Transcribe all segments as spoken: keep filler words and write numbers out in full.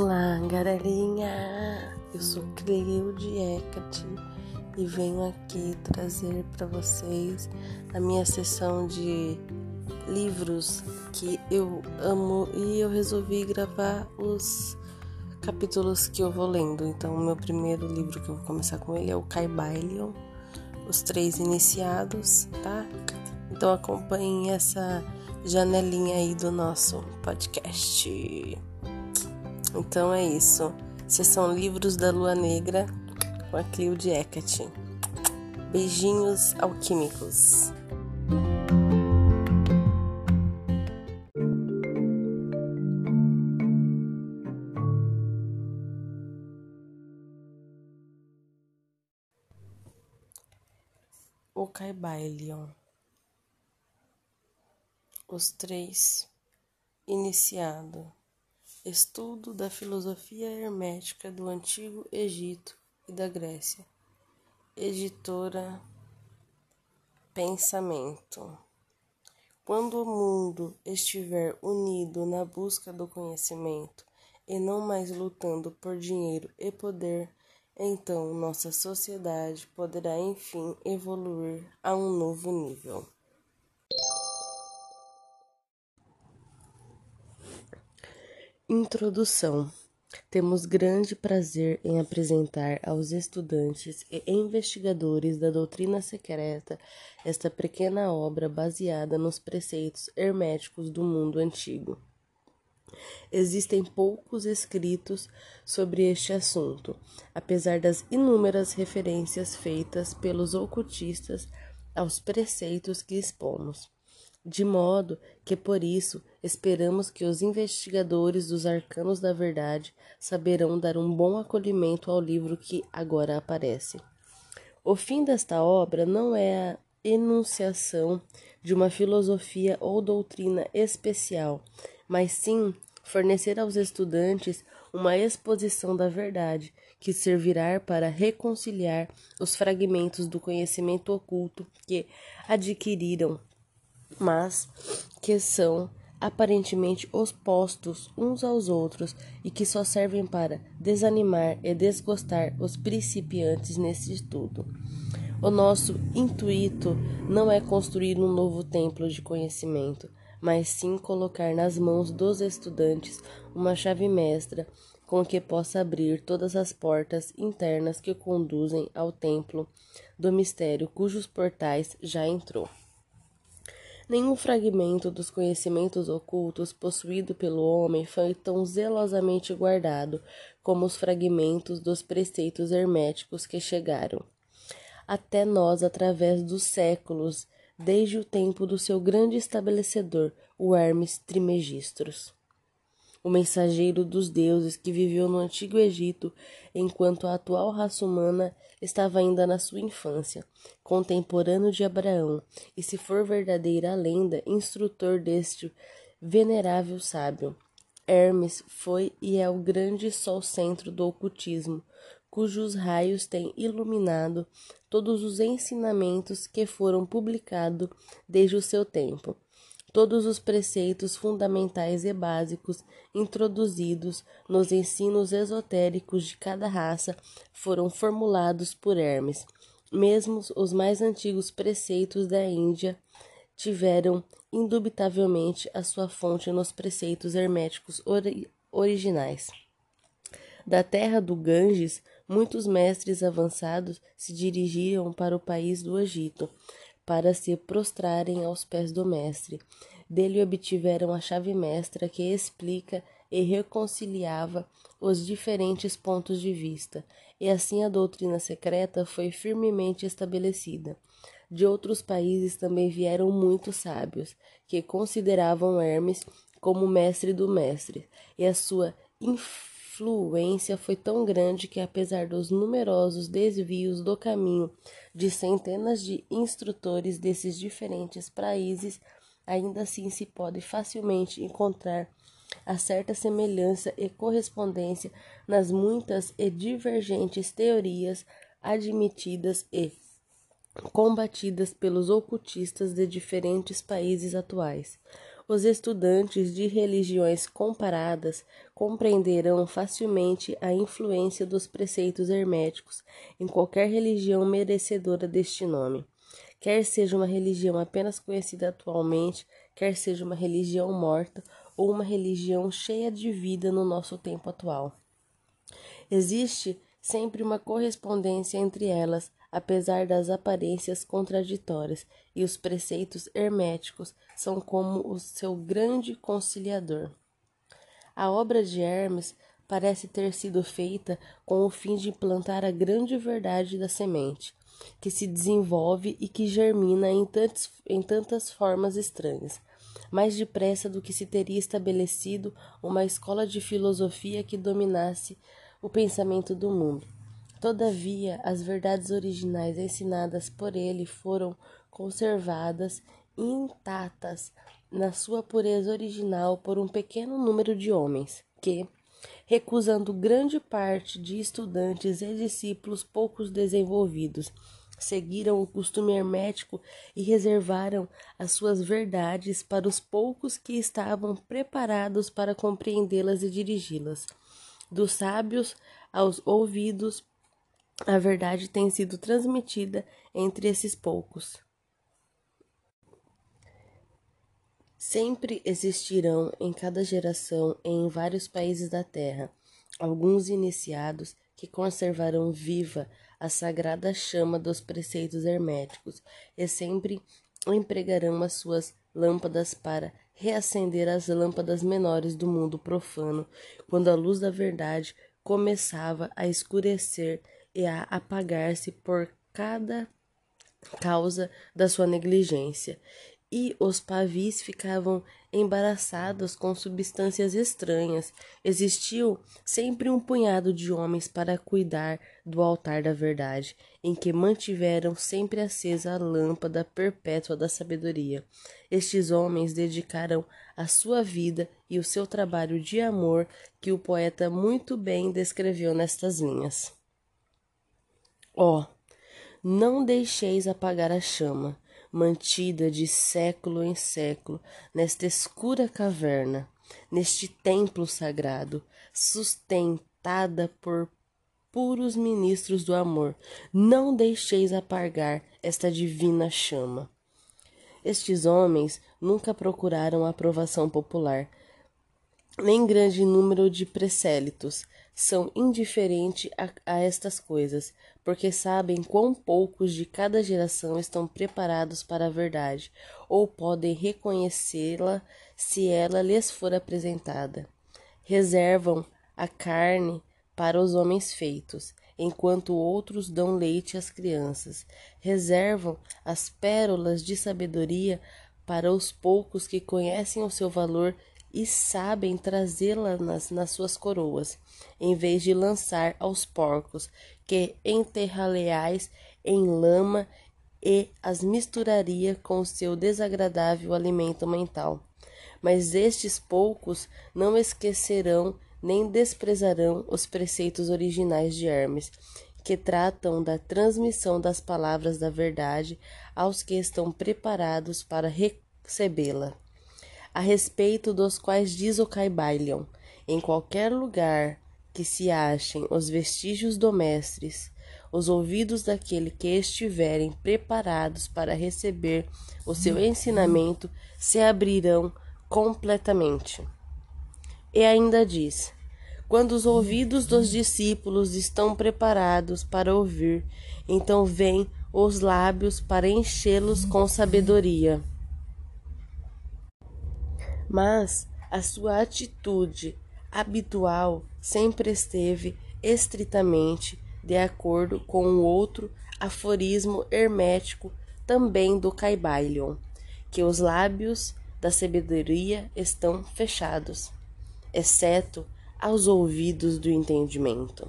Olá, galerinha! Eu sou Cleude Hecate e venho aqui trazer para vocês a minha sessão de livros que eu amo e eu resolvi gravar os capítulos que eu vou lendo. Então, o meu primeiro livro que eu vou começar com ele é o Kybalion, Os Três Iniciados, tá? Então, acompanhem essa janelinha aí do nosso podcast. Então é isso. Sessão Livros da Lua Negra com a Cleude Hecate. Beijinhos alquímicos. O Kybalion. Os Três Iniciados. Estudo da filosofia hermética do Antigo Egito e da Grécia. Editora Pensamento. Quando o mundo estiver unido na busca do conhecimento e não mais lutando por dinheiro e poder, então nossa sociedade poderá enfim evoluir a um novo nível. Introdução. Temos grande prazer em apresentar aos estudantes e investigadores da doutrina secreta esta pequena obra baseada nos preceitos herméticos do mundo antigo. Existem poucos escritos sobre este assunto, apesar das inúmeras referências feitas pelos ocultistas aos preceitos que expomos. De modo que, por isso, esperamos que os investigadores dos arcanos da verdade saberão dar um bom acolhimento ao livro que agora aparece. O fim desta obra não é a enunciação de uma filosofia ou doutrina especial, mas sim fornecer aos estudantes uma exposição da verdade que servirá para reconciliar os fragmentos do conhecimento oculto que adquiriram, mas que são aparentemente opostos uns aos outros e que só servem para desanimar e desgostar os principiantes nesse estudo. O nosso intuito não é construir um novo templo de conhecimento, mas sim colocar nas mãos dos estudantes uma chave mestra com que possa abrir todas as portas internas que conduzem ao templo do mistério cujos portais já entrou. Nenhum fragmento dos conhecimentos ocultos possuído pelo homem foi tão zelosamente guardado como os fragmentos dos preceitos herméticos que chegaram até nós através dos séculos, desde o tempo do seu grande estabelecedor, o Hermes Trismegisto, o mensageiro dos deuses que viveu no Antigo Egito enquanto a atual raça humana estava ainda na sua infância, contemporâneo de Abraão, e, se for verdadeira a lenda, instrutor deste venerável sábio. Hermes foi e é o grande sol centro do ocultismo, cujos raios têm iluminado todos os ensinamentos que foram publicados desde o seu tempo. Todos os preceitos fundamentais e básicos introduzidos nos ensinos esotéricos de cada raça foram formulados por Hermes. Mesmo os mais antigos preceitos da Índia tiveram indubitavelmente a sua fonte nos preceitos herméticos ori- originais. Da terra do Ganges, muitos mestres avançados se dirigiram para o país do Egito, para se prostrarem aos pés do mestre. Dele obtiveram a chave mestra que explica e reconciliava os diferentes pontos de vista, e assim a doutrina secreta foi firmemente estabelecida. De outros países também vieram muitos sábios, que consideravam Hermes como mestre do mestre, e a sua influência foi tão grande que, apesar dos numerosos desvios do caminho de centenas de instrutores desses diferentes países, ainda assim se pode facilmente encontrar a certa semelhança e correspondência nas muitas e divergentes teorias admitidas e combatidas pelos ocultistas de diferentes países atuais. Os estudantes de religiões comparadas compreenderão facilmente a influência dos preceitos herméticos em qualquer religião merecedora deste nome. Quer seja uma religião apenas conhecida atualmente, quer seja uma religião morta ou uma religião cheia de vida no nosso tempo atual. Existe sempre uma correspondência entre elas, apesar das aparências contraditórias, e os preceitos herméticos são como o seu grande conciliador. A obra de Hermes parece ter sido feita com o fim de implantar a grande verdade da semente, que se desenvolve e que germina em, tantos, em tantas formas estranhas, mais depressa do que se teria estabelecido uma escola de filosofia que dominasse o pensamento do mundo. Todavia, as verdades originais ensinadas por ele foram conservadas intactas na sua pureza original por um pequeno número de homens, que, recusando grande parte de estudantes e discípulos poucos desenvolvidos, seguiram o costume hermético e reservaram as suas verdades para os poucos que estavam preparados para compreendê-las e dirigi-las. Dos sábios aos ouvidos, a verdade tem sido transmitida entre esses poucos. Sempre existirão em cada geração e em vários países da Terra alguns iniciados que conservarão viva a sagrada chama dos preceitos herméticos e sempre empregarão as suas lâmpadas para reacender as lâmpadas menores do mundo profano, quando a luz da verdade começava a escurecer e a apagar-se por cada causa da sua negligência, e os pavis ficavam embaraçados com substâncias estranhas. Existiu sempre um punhado de homens para cuidar do altar da verdade, em que mantiveram sempre acesa a lâmpada perpétua da sabedoria. Estes homens dedicaram a sua vida e o seu trabalho de amor, que o poeta muito bem descreveu nestas linhas. Ó, oh, não deixeis apagar a chama, mantida de século em século, nesta escura caverna, neste templo sagrado, sustentada por puros ministros do amor. Não deixeis apagar esta divina chama. Estes homens nunca procuraram a aprovação popular, nem grande número de presélitos. São indiferentes a, a estas coisas, porque sabem quão poucos de cada geração estão preparados para a verdade, ou podem reconhecê-la se ela lhes for apresentada. Reservam a carne para os homens feitos, enquanto outros dão leite às crianças. Reservam as pérolas de sabedoria para os poucos que conhecem o seu valor e sabem trazê-la nas, nas suas coroas, em vez de lançar aos porcos, que enterrá-las em lama e as misturaria com seu desagradável alimento mental. Mas estes poucos não esquecerão nem desprezarão os preceitos originais de Hermes, que tratam da transmissão das palavras da verdade aos que estão preparados para recebê-la, a respeito dos quais diz o Kybalion: em qualquer lugar que se achem os vestígios do mestre, os ouvidos daquele que estiverem preparados para receber o seu ensinamento se abrirão completamente. E ainda diz: quando os ouvidos dos discípulos estão preparados para ouvir, então vêm os lábios para enchê-los com sabedoria. Mas a sua atitude habitual sempre esteve estritamente de acordo com o outro aforismo hermético também do Kybalion, que os lábios da sabedoria estão fechados, exceto aos ouvidos do entendimento.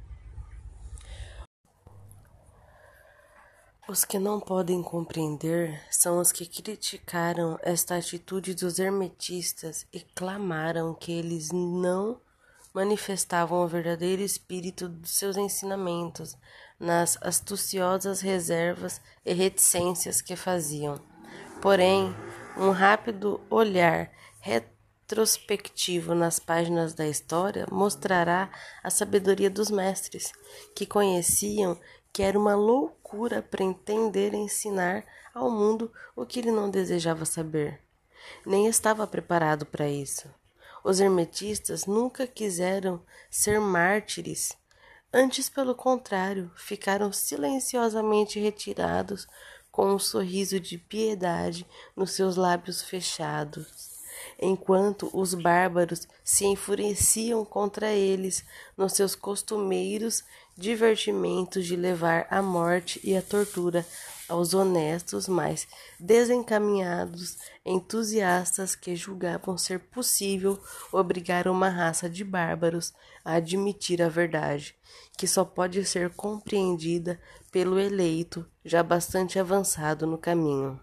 Os que não podem compreender são os que criticaram esta atitude dos hermetistas e clamaram que eles não manifestavam o verdadeiro espírito dos seus ensinamentos nas astuciosas reservas e reticências que faziam. Porém, Um rápido olhar retrospectivo nas páginas da história mostrará a sabedoria dos mestres, que conheciam que era uma loucura pretender ensinar ao mundo o que ele não desejava saber. Nem estava preparado para isso. Os hermetistas nunca quiseram ser mártires. Antes, pelo contrário, ficaram silenciosamente retirados com um sorriso de piedade nos seus lábios fechados, enquanto os bárbaros se enfureciam contra eles nos seus costumeiros divertimentos de levar a morte e a tortura aos honestos, mas desencaminhados entusiastas que julgavam ser possível obrigar uma raça de bárbaros a admitir a verdade, que só pode ser compreendida pelo eleito, já bastante avançado no caminho.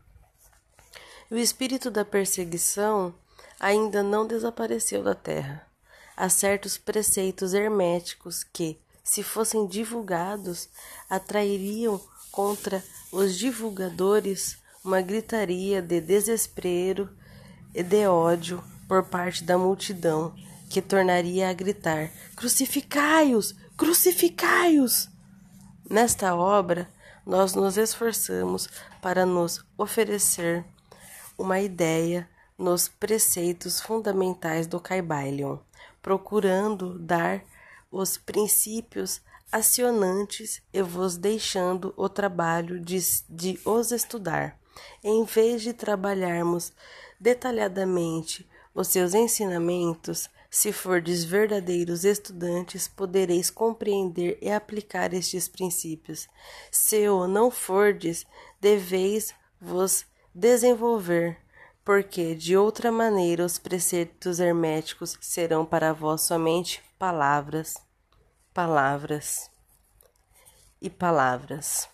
O espírito da perseguição ainda não desapareceu da terra. Há certos preceitos herméticos que, se fossem divulgados, atrairiam contra os divulgadores uma gritaria de desespero e de ódio por parte da multidão, que tornaria a gritar: crucificai-os! Crucificai-os! Nesta obra, nós nos esforçamos para nos oferecer uma ideia nos preceitos fundamentais do Kybalion, procurando dar os princípios acionantes e vos deixando o trabalho de, de os estudar. Em vez de trabalharmos detalhadamente os seus ensinamentos, se fordes verdadeiros estudantes, podereis compreender e aplicar estes princípios. Se o não fordes, deveis vos desenvolver, porque de outra maneira os preceitos herméticos serão para vós somente palavras, palavras e palavras.